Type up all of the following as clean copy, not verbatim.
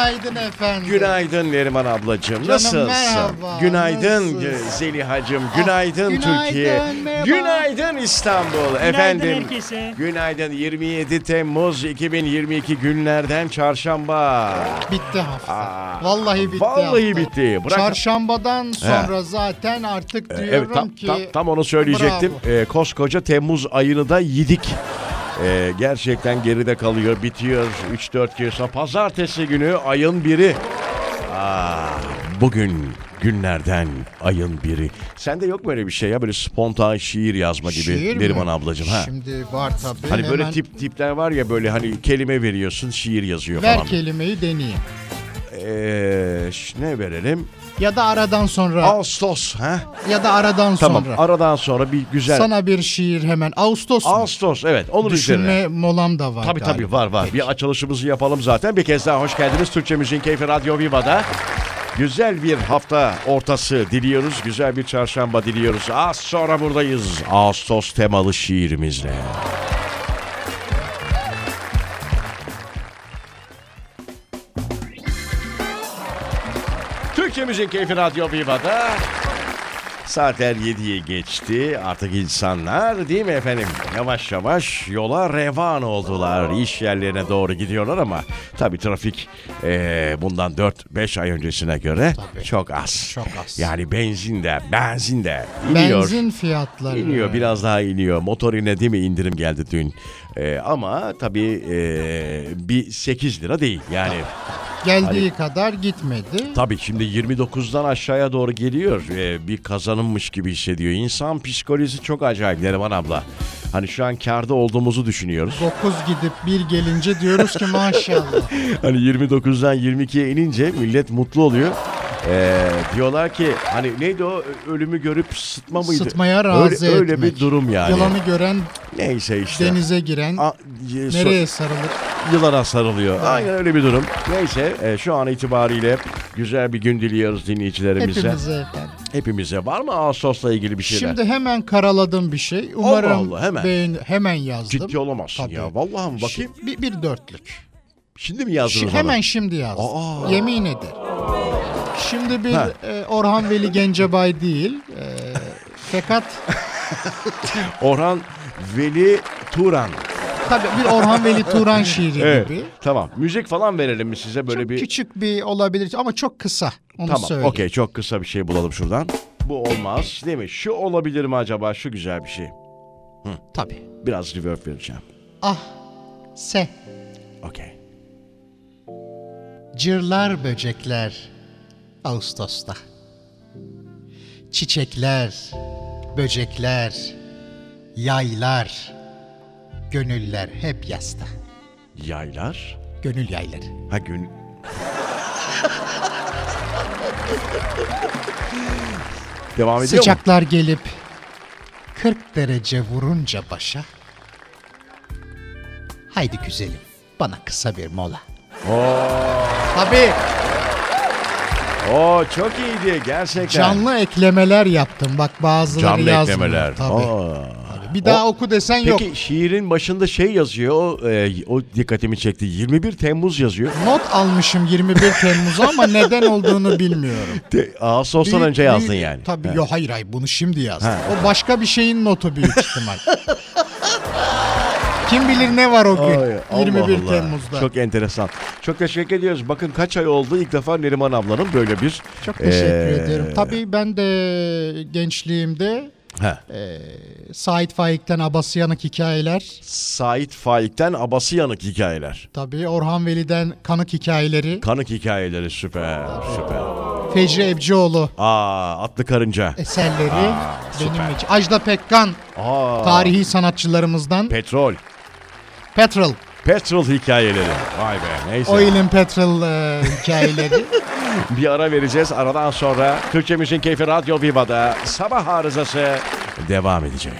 Günaydın efendim. Günaydın Neriman ablacığım. Canım, Nasılsın? merhaba. Günaydın Nasılsın? Zelihacığım. Günaydın günaydın, Türkiye. merhaba. Günaydın İstanbul. Günaydın Efendim. herkese. Günaydın 27 Temmuz 2022 günlerden çarşamba. Bitti hafta. Aa, Vallahi bitti Vallahi hafta. bitti. Bırak. Çarşambadan sonra zaten artık diyorum Evet ki... tam onu söyleyecektim. Koskoca Temmuz ayını da yedik. Gerçekten geride kalıyor, bitiyor 3-4 gün sonra. Pazartesi günü ayın biri. Bugün günlerden ayın biri. Sende yok böyle bir şey ya, böyle spontan şiir yazma gibi Şiir mi? Neriman ablacığım. Ha. Şimdi var tabii. Hani böyle Hemen tipler var ya, böyle hani kelime veriyorsun, şiir yazıyor ver falan. kelimeyi deneyeyim. Ne verelim? Ya da aradan sonra. Ağustos. Ha? Ya da aradan Tamam, sonra. aradan sonra bir güzel. Sana bir şiir hemen. Ağustos mu? Ağustos, evet, onun üzerine. Düşünme molam da var. Tabii galiba. var. Peki. Bir açılışımızı yapalım zaten. Bir kez daha hoş geldiniz Türkçe Müziğin Keyfi Radyo Viva'da. Güzel bir hafta ortası diliyoruz. Güzel bir çarşamba diliyoruz. Az sonra buradayız. Ağustos temalı şiirimizle. Türkçe Müziğin Keyfi Radyo Viva'da. Saatler 7'yi geçti. Artık insanlar, değil mi efendim, yavaş yavaş yola revan oldular. İş yerlerine doğru gidiyorlar ama tabii trafik bundan 4-5 ay öncesine göre çok az. Çok az. Yani benzin de iniyor. Benzin fiyatları. İniyor, biraz daha iniyor. Motorine değil mi indirim geldi dün. Ama tabii bir 8 lira değil yani. Geldiği kadar gitmedi. Tabii şimdi 29'dan aşağıya doğru geliyor. Bir kazanımmış gibi hissediyor. İnsan psikolojisi çok acayip Neriman abla. Hani şu an kârda olduğumuzu düşünüyoruz. 9 gidip 1 gelince diyoruz ki maşallah. Hani 29'dan 22'ye inince millet mutlu oluyor. Diyorlar ki hani neydi o, ölümü görüp sıtma mıydı? Sıtmaya razı öyle etmek. bir durum yani. Yılanı gören Neyse işte. denize giren nereye sarılır? Yılana sarılıyor. Aynen öyle bir durum. Neyse şu an itibariyle güzel bir gün diliyoruz dinleyicilerimize. Hepimize efendim. Hepimize. Var mı Ağustos'la ilgili bir şeyler? Şimdi hemen karaladım bir şey. Umarım Allah, hemen. hemen yazdım. Ciddi olamazsın Tabii. ya. Vallahi mi? Bakayım. Bir dörtlük. Şimdi mi yazdınız onu? Hemen şimdi yazdım. Aa. Yemin ederim. Şimdi bir Orhan Veli Gencebay değil. Fakat Orhan Veli Turan. tabii bir Orhan Veli Turan şiiri Evet. gibi. Tamam. Müzik falan verelim mi size, böyle Çok bir... küçük bir olabilir ama çok kısa. Onu Tamam. söyleyeyim. Okey. Çok kısa bir şey bulalım şuradan. Bu olmaz değil mi? Şu olabilir mi acaba? Şu güzel bir şey. Tabii. Biraz reverb vereceğim. Ah se. Okey. Cırlar böcekler Ağustos'ta. Çiçekler, böcekler, yaylar, gönüller hep yasta. Yaylar. Gönül yayları. Ha gün... Devam ediyor mu? Sıcaklar gelip 40 derece vurunca başa. Haydi güzelim, bana kısa bir mola. Tabii. Oo, çok iyiydi gerçekten. Canlı eklemeler yaptım. Bak bazıları Canlı yazmıyor. eklemeler. Tabii. Aa. Bir daha oku desen yok. Peki şiirin başında şey yazıyor, o dikkatimi çekti. 21 Temmuz yazıyor. Not almışım 21 Temmuz'a ama neden olduğunu bilmiyorum. Ağustos'tan önce yazdın yani. Tabii. Ha. Yok hayır bunu şimdi yazdım. Ha. O başka bir şeyin notu büyük ihtimal. Kim bilir ne var o gün. Ay, Allah 21 Allah. Temmuz'da. Çok enteresan. Çok teşekkür ediyoruz. Bakın kaç ay oldu ilk defa Neriman ablanın böyle bir... Çok teşekkür ederim. Tabii ben de gençliğimde Sait Faik'ten Abasıyanık hikayeler. Sait Faik'ten Abası Yanık hikayeler. Tabii Orhan Veli'den Kanık hikayeleri. Kanık hikayeleri süper. Fecri Ebcioğlu Atlı Karınca. eserleri. süper. Benim için. Ajda Pekkan tarihi sanatçılarımızdan. Petrol. Petrol hikayeleri. Vay be, neyse. Oil and Petrol hikayeleri. Bir ara vereceğiz. Aradan sonra Türkçe Müziğin Keyfi Radyo Viva'da sabah arızası devam edecek.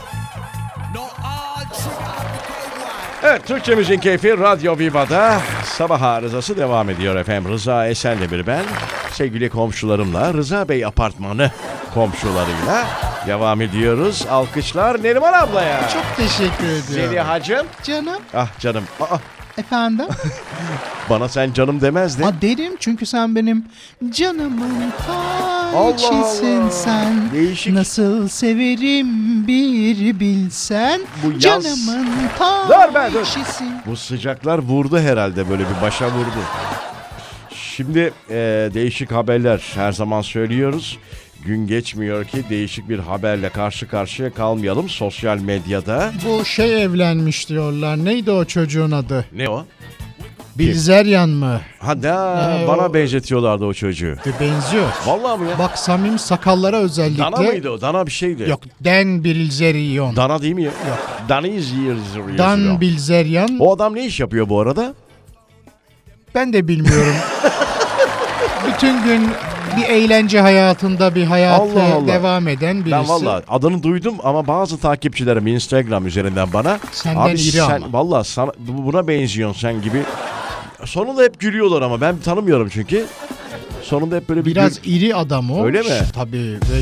Evet, Türkçe Müziğin Keyfi Radyo Viva'da Sabah arızası devam ediyor efendim. Rıza Esendemir ben. Sevgili komşularımla Rıza Bey apartmanı komşularıyla devam ediyoruz. Alkışlar Neriman ablaya. Çok teşekkür ediyorum. Zelihacığım. Canım. Ah canım. Aa, Efendim? bana sen canım demezdin. Ha derim çünkü sen benim canımın Allah içisin Allah. sen. Değişik. Nasıl severim bir bilsen. Bu yaz- Canımın Dur be, dur. içisin. Bu sıcaklar vurdu herhalde, böyle bir başa vurdu. Şimdi değişik haberler her zaman söylüyoruz. Gün geçmiyor ki değişik bir haberle karşı karşıya kalmayalım sosyal medyada. Bu evlenmiş diyorlar. Neydi o çocuğun adı? Ne o? Bilzeryan mı? Ha da bana benzetiyorlardı o çocuğu. Benziyor. Vallahi mı ya? Bak samim sakallara özellikle. Dana mıydı o? Dana bir şeydi. Yok. Dan Bilzerian. Dana değil mi ya? Yok. Daniz Dan Bilzerian. O adam ne iş yapıyor bu arada? Ben de bilmiyorum. Bütün gün bir eğlence hayatında bir hayatı Allah Allah. devam eden birisi. Ben valla adını duydum ama bazı takipçilerim Instagram üzerinden bana Senden iri sen ama. valla buna benziyorsun sen gibi. Sonunda hep gülüyorlar ama ben tanımıyorum çünkü. Sonunda hep böyle bir Biraz iri adam o. Öyle mi? Tabii ve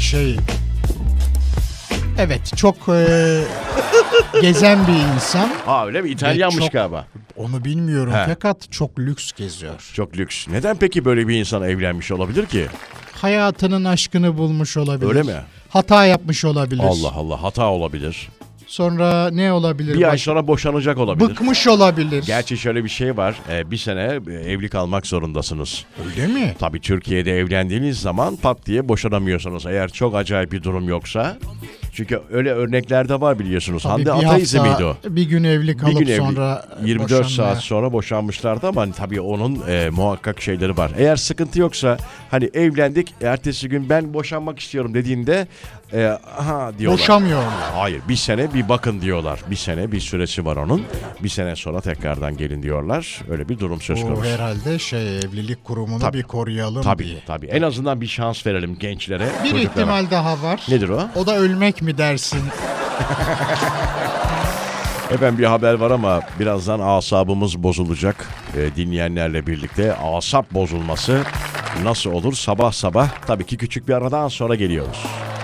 Evet, çok gezen bir insan. öyle mi? İtalyanmış çok- galiba. Onu bilmiyorum He. fakat çok lüks geziyor. Çok lüks. Neden peki böyle bir insan evlenmiş olabilir ki? Hayatının aşkını bulmuş olabilir. Öyle mi? Hata yapmış olabilir. Allah Allah, hata olabilir. Sonra ne olabilir? Bir ay Baş- sonra boşanacak olabilir. Bıkmış olabilir. Gerçi şöyle bir şey var. Bir sene evlilik almak zorundasınız. Öyle mi? Tabii Türkiye'de evlendiğiniz zaman pat diye boşanamıyorsunuz. Eğer çok acayip bir durum yoksa. Çünkü öyle örnekler de var biliyorsunuz. Tabii Hande bir Ataizi hafta, miydi o? Bir gün evli Bir kalıp gün evli, sonra 24 boşanmaya. saat sonra boşanmışlardı ama tabii onun muhakkak şeyleri var. Eğer sıkıntı yoksa hani evlendik ertesi gün ben boşanmak istiyorum dediğinde diyorlar. Boşamıyorlar. Hayır, bir sene bir bakın diyorlar. Bir sene bir süresi var onun. Bir sene sonra tekrardan gelin diyorlar. Öyle bir durum söz Bu konusu. herhalde evlilik kurumunu Tabii. bir koruyalım Tabii diye. tabii. En azından bir şans verelim gençlere, Bir çocuklara. ihtimal daha var. Nedir o? O da ölmek mi dersin? Efendim bir haber var ama birazdan asabımız bozulacak. Dinleyenlerle birlikte asap bozulması nasıl olur sabah sabah? Tabii ki küçük bir aradan sonra geliyoruz.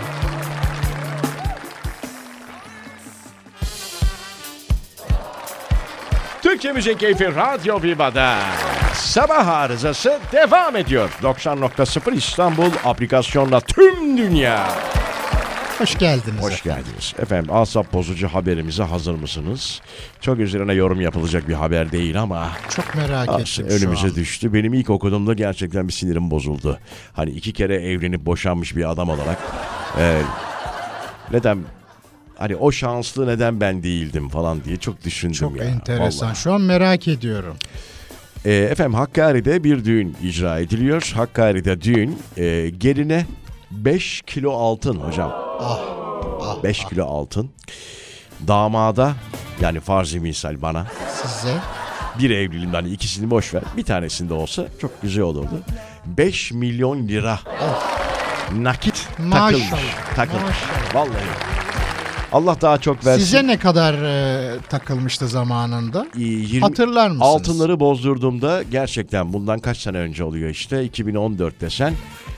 Türkçe Müzik Keyfi Radyo Viva'da sabah arızası devam ediyor. 90.0 İstanbul aplikasyonla tüm dünya. Hoş geldiniz. Hoş geldiniz. Efendim asap bozucu haberimize hazır mısınız? Çok üzerine yorum yapılacak bir haber değil ama Çok merak ettim şu önümüze an. düştü. Benim ilk okuduğumda gerçekten bir sinirim bozuldu. Hani 2 kere evlenip boşanmış bir adam olarak neden hani o şanslı neden ben değildim falan diye çok düşündüm Çok ya. enteresan. Vallahi. Şu an merak ediyorum. Efendim Hakkari'de bir düğün icra ediliyor. Hakkari'de düğün geline 5 kilo altın hocam. 5 kilo altın. Damada yani farz-ı misal bana Size bir evliliğimden hani ikisini boş ver. Bir tanesinde olsa çok güzel olurdu. 5 milyon lira nakit takılmış. Takılmış. Maşallah. Vallahi. Allah daha çok versin. Size ne kadar takılmıştı zamanında? 20 Hatırlar mısınız? Altınları bozdurduğumda gerçekten bundan kaç sene önce oluyor işte 2014 desen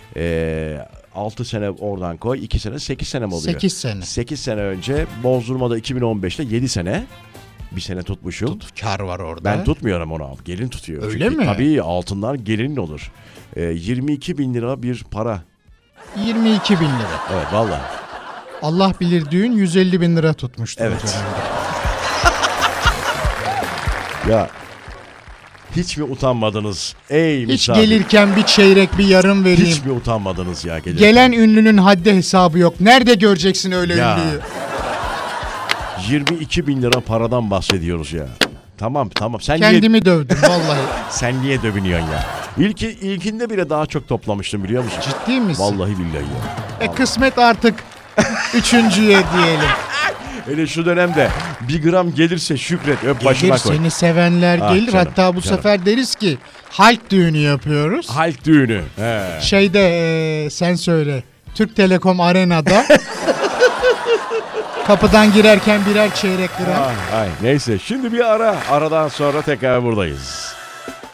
6 sene oradan koy 2 sene 8 sene mi oluyor? 8 sene. 8 sene önce bozdurmada 2015'te 7 sene bir sene tutmuşum. Kar var orada. Ben tutmuyorum onu abi. Gelin tutuyor. Öyle Çünkü mi? Tabii altınlar gelin olur. 22 bin lira bir para. 22 bin lira. Evet vallahi. Allah bilir düğün 150 bin lira tutmuştu. Evet. o dönemde. Ya hiç mi utanmadınız ey Hiç misafir? gelirken bir çeyrek bir yarım vereyim. Hiç mi utanmadınız ya gelirken? Gelen ünlünün haddi hesabı yok. Nerede göreceksin öyle Ya. ünlüyü? 22 bin lira paradan bahsediyoruz ya. Tamam sen Kendimi dövdüm vallahi. sen niye dövünüyorsun ya? İlkinde bile daha çok toplamıştım biliyor musun? Ciddi misin? Vallahi billahi ya. Kısmet artık üçüncüye diyelim. Hele şu dönemde 1 gram gelirse şükret öp başıma Gelir koy. seni sevenler Ah gelir. canım, Hatta bu canım. sefer deriz ki halk düğünü yapıyoruz. Halk düğünü. He. Sen söyle. Türk Telekom Arena'da kapıdan girerken birer çeyrek gram. Ay, neyse şimdi bir ara. Aradan sonra tekrar buradayız.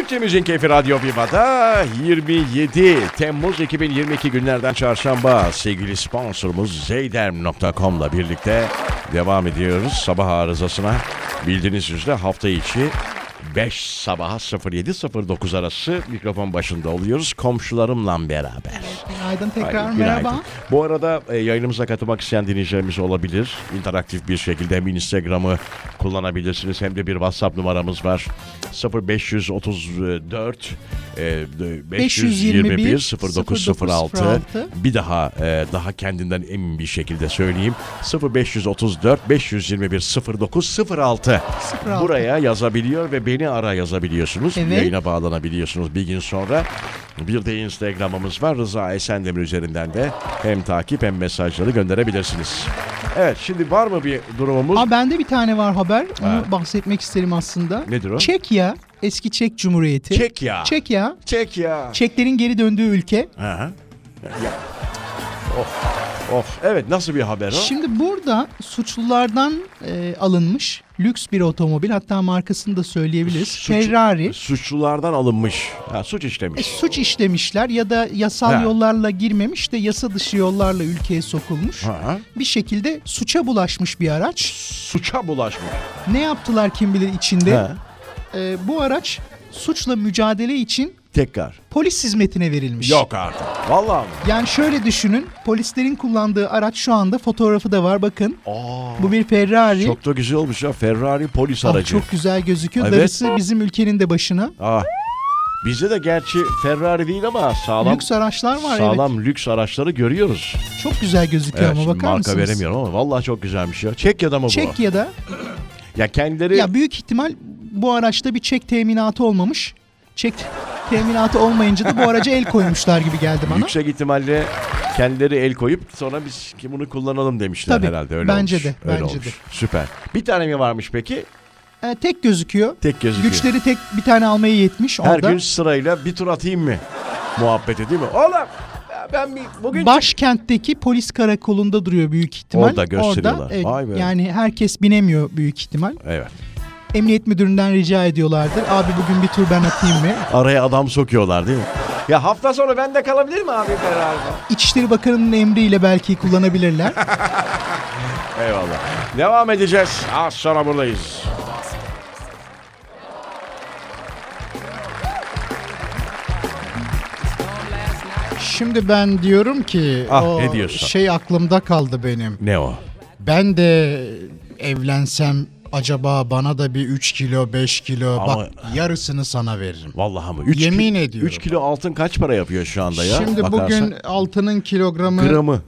Türkçemizin Keyfi Radyo Viva'da 27 Temmuz 2022 günlerden çarşamba sevgili sponsorumuz Zeyderm.com'la birlikte devam ediyoruz sabah arızasına. Bildiğiniz üzere hafta içi 5 sabaha 07.09 arası mikrofon başında oluyoruz komşularımla beraber. Günaydın tekrar, Hayır, merhaba. günaydın. Bu arada yayınımıza katılmak isteyen dinleyicilerimiz olabilir. İnteraktif bir şekilde hem Instagram'ı kullanabilirsiniz hem de bir WhatsApp numaramız var. 0534 521 0906. Bir daha kendinden emin bir şekilde söyleyeyim. 0534 521 0906. Buraya yazabiliyor ve beni ara yazabiliyorsunuz. Evet. Yayına bağlanabiliyorsunuz bir gün sonra. Bir de Instagram'ımız var. Rıza Esendemir üzerinden de hem takip hem mesajları gönderebilirsiniz. Evet, şimdi var mı bir durumumuz? Bende bir tane var haber. Onu bahsetmek isterim aslında. Nedir o? Çekya, eski Çek Cumhuriyeti. Çekya. Çekya. Çeklerin geri döndüğü ülke. Aha. Ya. Of. Evet, nasıl bir haber o? Şimdi burada suçlulardan alınmış lüks bir otomobil, hatta markasını da söyleyebiliriz. Ferrari. Suçlulardan alınmış. Suç işlemiş. Suç işlemişler ya da yasal yollarla girmemiş de yasa dışı yollarla ülkeye sokulmuş. Bir şekilde suça bulaşmış bir araç. Suça bulaşmış. Ne yaptılar kim bilir içinde? Bu araç suçla mücadele için tekrar polis hizmetine verilmiş. Yok artık. Vallahi mi? Yani şöyle düşünün. Polislerin kullandığı araç şu anda, fotoğrafı da var bakın. Bu bir Ferrari. Çok da güzel olmuş ya. Ferrari polis aracı. Çok güzel gözüküyor. Evet. Darısı bizim ülkenin de başına. Bizde de gerçi Ferrari değil ama sağlam lüks araçlar var. Sağlam lüks araçları görüyoruz. Çok güzel gözüküyor ama bakar mısınız? Marka veremiyorum ama vallahi çok güzelmiş ya. Çekya'da mı bu? Çekya'da. Ya kendileri... Ya büyük ihtimal bu araçta bir çek teminatı olmamış. Çek teminatı olmayınca da bu araca el koymuşlar gibi geldi bana. Yüksek ihtimalle kendileri el koyup sonra biz bunu kullanalım demişler. Tabii, herhalde. Öyle bence olmuş. de. Öyle bence olmuş. de. Süper. Bir tane mi varmış peki? Tek gözüküyor. Güçleri tek bir tane almaya yetmiş. Her orada. gün sırayla bir tur atayım mı? Muhabbeti değil mi? Oğlum ben bugün... Başkentteki polis karakolunda duruyor büyük ihtimal. Orada gösteriyorlar. Orada, yani herkes binemiyor büyük ihtimal. Evet. Emniyet müdüründen rica ediyorlardır. Abi bugün bir tur ben atayım mı? Araya adam sokuyorlar değil mi? Ya hafta sonu bende kalabilir mi abi Ferrari'de? İçişleri Bakanı'nın emriyle belki kullanabilirler. Eyvallah. Devam edeceğiz. Az sonra buradayız. Şimdi ben diyorum ki ne diyorsun? Şey aklımda kaldı benim. Ne o? Ben de evlensem acaba bana da bir 3 kilo 5 kilo bak yarısını sana veririm. Vallahi mı? Yemin ediyorum. 3 kilo altın kaç para yapıyor şu anda ya? Şimdi bakarsan? Bugün altının gramı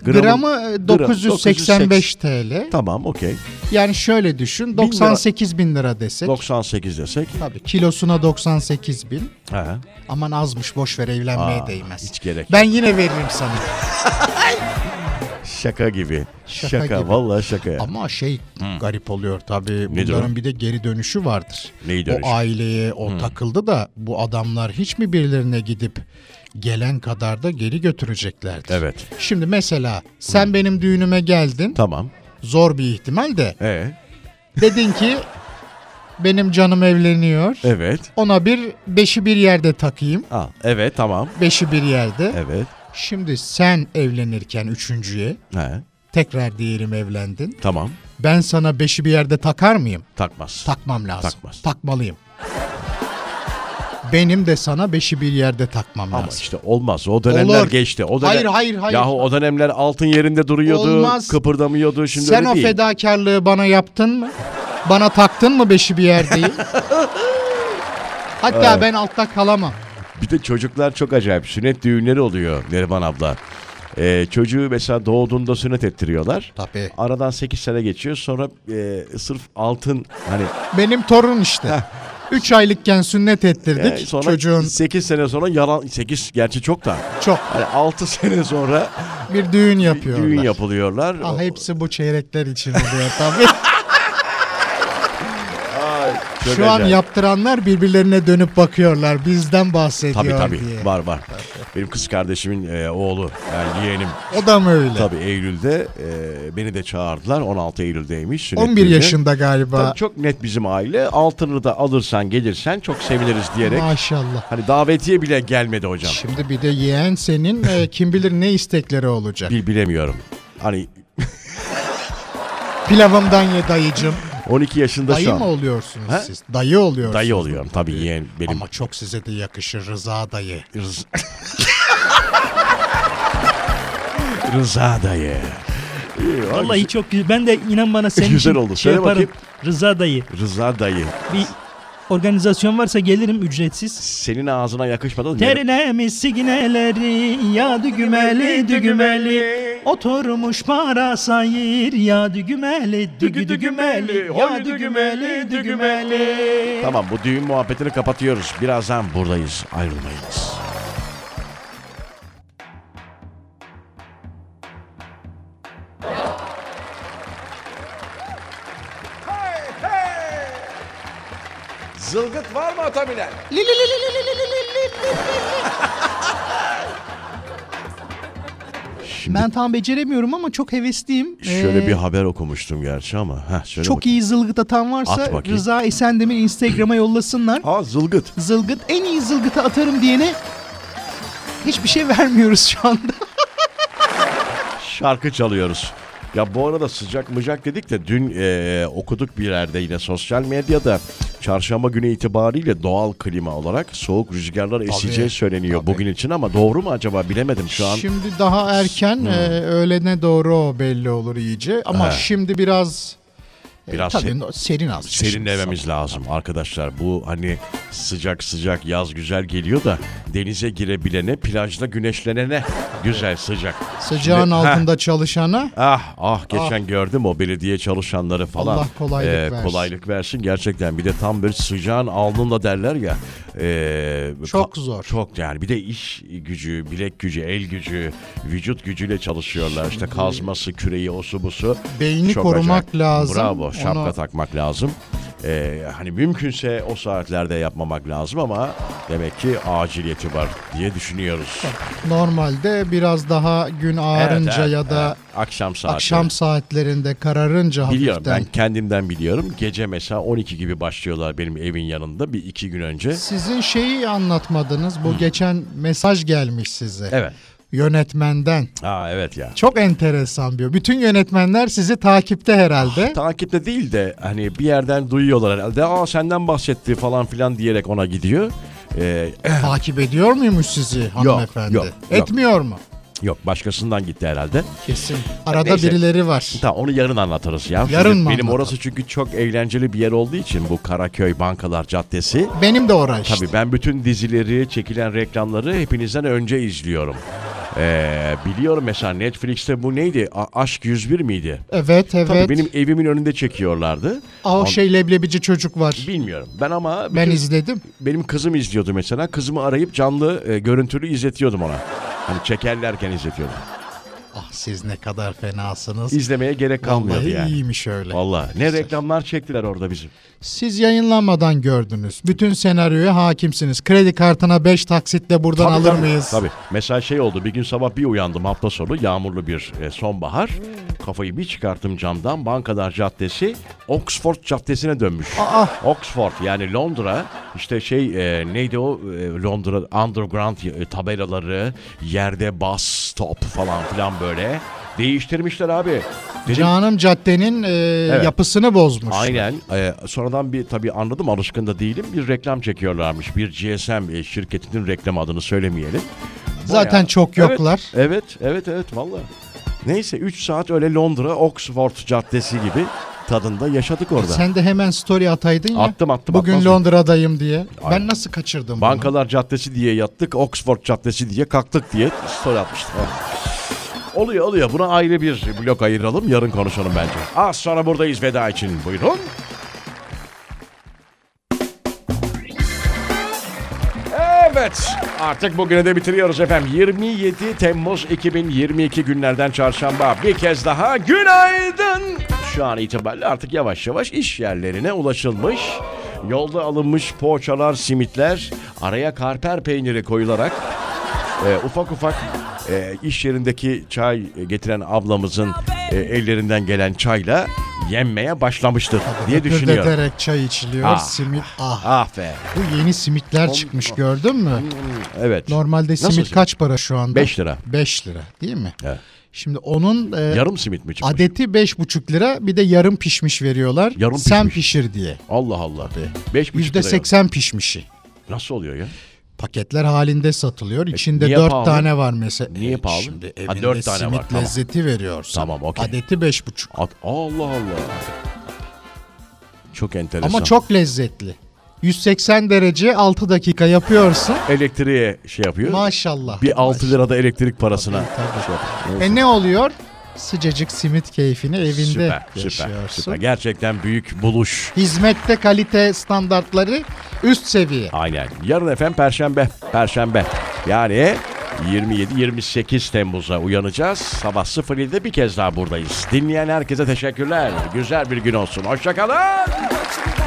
985 TL. Tamam, okey. Yani şöyle düşün, 98 bin lira desek. 98 desek. Tabii kilosuna 98 bin. He. Aman azmış, boş ver, evlenmeye değmez. Hiç gerek yok. Ben yine veririm sana. Şaka gibi. Şaka gibi. Vallahi şaka ya. Ama garip oluyor tabii. Nedir Bunların o? bir de geri dönüşü vardır. Neyi dönüşü? O aileye takıldı da bu adamlar hiç mi birilerine gidip gelen kadar da geri götüreceklerdir? Evet. Şimdi mesela sen benim düğünüme geldin. Tamam. Zor bir ihtimal de. Dedin ki benim canım evleniyor. Evet. Ona beşi bir yerde takayım. Evet, tamam. Beşi bir yerde. Evet. Şimdi sen evlenirken üçüncüye. Tekrar diyelim evlendin. Tamam. Ben sana beşi bir yerde takar mıyım? Takmaz. Takmam lazım. Takmaz. Takmalıyım. Benim de sana beşi bir yerde takmam lazım. Ama işte olmaz. O dönemler geçti. Hayır. Yahu o dönemler altın yerinde duruyordu. Olmaz. Kıpırdamıyordu. Şimdi sen öyle değil. Sen o fedakarlığı bana yaptın mı? Bana taktın mı beşi bir yerdeyi? Hatta ben altta kalamam. Bir de çocuklar çok acayip. Sünnet düğünleri oluyor Neriman abla. Çocuğu mesela doğduğunda sünnet ettiriyorlar. Tabii. Aradan 8 sene geçiyor. Sonra sırf altın hani... Benim torun işte. 3 aylıkken sünnet ettirdik sonra çocuğun. 8 sene sonra yalan... 8 gerçi çok da. Çok. Hani 6 sene sonra... Bir düğün yapıyorlar. Düğün yapılıyorlar. Hepsi bu çeyrekler için oluyor tabii. Şu an yaptıranlar birbirlerine dönüp bakıyorlar. Bizden bahsediyor Tabii diye. var. Benim kız kardeşimin oğlu, yani yeğenim. O da mı öyle? Tabii Eylül'de beni de çağırdılar. 16 Eylül'deymiş. 11 yaşında galiba. Tabii çok net bizim aile. Altını da alırsan gelirsen çok seviniriz diyerek. Maşallah. Hani davetiye bile gelmedi hocam. Şimdi bir de yeğen senin kim bilir ne istekleri olacak. Bilemiyorum. Hani Pilavımdan ye dayıcım. 12 yaşında Dayı şu an. mı oluyorsunuz siz? Dayı oluyorsunuz. Dayı oluyorum tabii yeğen benim. Ama çok size de yakışır Rıza dayı. Rıza dayı. Vallahi çok güzel. Ben de inan bana senin Güzel için oldu. şey Söyle yaparım. bakayım. Rıza dayı. Rıza dayı. Bir organizasyon varsa gelirim ücretsiz. Senin ağzına yakışmadı mı? Terlemiş signeleri ya dügümeli dügümeli. Oturmuş para sayır ya dügümeli dügümeli ya dügümeli dügümeli. Tamam, bu düğün muhabbetini kapatıyoruz. Birazdan buradayız. Ayrılmayınız. Zılgıt var mı atabilen? Şimdi Ben tam beceremiyorum ama çok hevesliyim. şöyle bir haber okumuştum gerçi ama. Söyle Çok bakayım. iyi zılgıt atan varsa At bakayım. Rıza Esendemir Instagram'a yollasınlar. Zılgıt. Zılgıt en iyi zılgıtı atarım diyene hiçbir şey vermiyoruz şu anda. Şarkı çalıyoruz. Ya bu arada sıcak mıcak dedik de dün okuduk bir yerde yine sosyal medyada çarşamba günü itibariyle doğal klima olarak soğuk rüzgarlar eseceği söyleniyor bugün için ama doğru mu acaba bilemedim şu an. Şimdi daha erken öğlene doğru o belli olur iyice ama şimdi biraz tabii serin az. Serinlememiz lazım arkadaşlar. Bu hani sıcak yaz güzel geliyor da denize girebilene, plajda güneşlenene güzel sıcak. Sıcağın Şimdi, altında çalışana geçen gördüm o belediye çalışanları falan. Allah kolaylık versin. Kolaylık versin gerçekten. Bir de tam bir sıcağın alnında derler ya. Çok zor. Çok yani bir de iş gücü, bilek gücü, el gücü, vücut gücüyle çalışıyorlar. İşte kazması, küreği, osu busu. Beyni Çok korumak acayip. lazım. Bravo, şapka takmak lazım. Hani mümkünse o saatlerde yapmamak lazım ama demek ki aciliyeti var diye düşünüyoruz. Normalde biraz daha gün ağarınca ya da akşam saatlerinde kararınca biliyorum, hafiften. ben kendimden biliyorum. Gece mesela 12 gibi başlıyorlar benim evin yanında bir 2 gün önce. Sizin şeyi anlatmadınız. Bu geçen mesaj gelmiş size. Evet. Yönetmenden. Evet ya. Çok enteresan diyor. Bütün yönetmenler sizi takipte herhalde. Takipte değil de hani bir yerden duyuyorlar herhalde. Senden bahsetti falan filan diyerek ona gidiyor. Takip ediyor muymuş sizi hanımefendi? yok. Etmiyor mu? Yok, başkasından gitti herhalde. Kesin. Arada Neyse. birileri var. Tamam, onu yarın anlatırız ya. Yarın Şimdi mı benim anlatalım? orası çünkü çok eğlenceli bir yer olduğu için bu Karaköy Bankalar Caddesi. Benim de orası işte. Tabii ben bütün dizileri, çekilen reklamları hepinizden önce izliyorum. Biliyorum mesela Netflix'te bu neydi? Aşk 101 miydi? Evet. Tabii benim evimin önünde çekiyorlardı. O leblebici çocuk var. Bilmiyorum. Ben ama Ben izledim. benim kızım izliyordu mesela. Kızımı arayıp canlı görüntülü izletiyordum ona. Hani çekerlerken izletiyordum. Siz ne kadar fenasınız. İzlemeye gerek kalmıyordu Vallahi yani. iyiymiş öyle. Vallahi ne reklamlar çektiler orada bizim. Siz yayınlanmadan gördünüz. Bütün senaryoya hakimsiniz. Kredi kartına 5 taksitle buradan alır mıyız? Tabii. Mesela şey oldu. Bir gün sabah bir uyandım hafta sonu. Yağmurlu bir sonbahar. Kafayı bir çıkarttım camdan. Bankalar Caddesi Oxford Caddesi'ne dönmüş. Oxford yani Londra. İşte neydi o Londra Underground tabelaları. Yerde bus stop falan filan böyle. Değiştirmişler abi. Canım caddenin yapısını bozmuş. Aynen. Sonradan tabii anladım, alışkın da değilim. Bir reklam çekiyorlarmış. Bir GSM şirketinin reklam, adını söylemeyelim. Zaten çok yoklar. Evet vallahi. Neyse 3 saat öyle Londra Oxford Caddesi gibi tadında yaşadık orada. Sen de hemen story ataydın ya. Attım. Bugün Londra'dayım diye. Aynen. Ben nasıl kaçırdım bunu? Bankalar Caddesi diye yattık, Oxford Caddesi diye kalktık diye story atmıştım. Oluyor. Buna ayrı bir blok ayıralım. Yarın konuşalım bence. Az sonra buradayız veda için. Buyurun. Evet. Artık bugünü de bitiriyoruz efendim. 27 Temmuz 2022 günlerden çarşamba. Bir kez daha günaydın. Şu an itibariyle artık yavaş yavaş iş yerlerine ulaşılmış. Yolda alınmış poğaçalar, simitler, araya karper peyniri koyularak ufak ufak iş yerindeki çay getiren ablamızın ellerinden gelen çayla yenmeye başlamıştır diye düşünüyorum. Ederek çay içiliyor. Simit. Ah be. Bu yeni simitler çıkmış, gördün mü? Evet. Normalde simit kaç para şu anda? 5 lira. 5 lira değil mi? Evet. Şimdi onun yarım simit mi çıkmış? adeti 5,5 lira, bir de yarım pişmiş veriyorlar. Yarım Sen pişmiş. pişir diye. Allah Allah. 5,5 lira. %80 pişmişi. Nasıl oluyor ya? Paketler halinde satılıyor. İçinde niye 4 pahalı? tane var mesela. Niye pahalı? Şimdi Ha, evinde 4 tane simit var, tamam. lezzeti veriyorsun. Tamam, okey. Adeti 5,5. Allah Allah. Çok enteresan. Ama çok lezzetli. 180 derece 6 dakika yapıyorsun. Elektriğe şey yapıyor. Maşallah. Bir 6 lirada elektrik parasına. Tabii. Ne oluyor? Sıcacık simit keyfini evinde Süper. yaşıyorsun. Gerçekten büyük buluş. Hizmette kalite standartları üst seviye. Aynen. Yarın efendim Perşembe. Yani 27-28 Temmuz'a uyanacağız. Sabah 07'de bir kez daha buradayız. Dinleyen herkese teşekkürler. Güzel bir gün olsun. Hoşça kalın.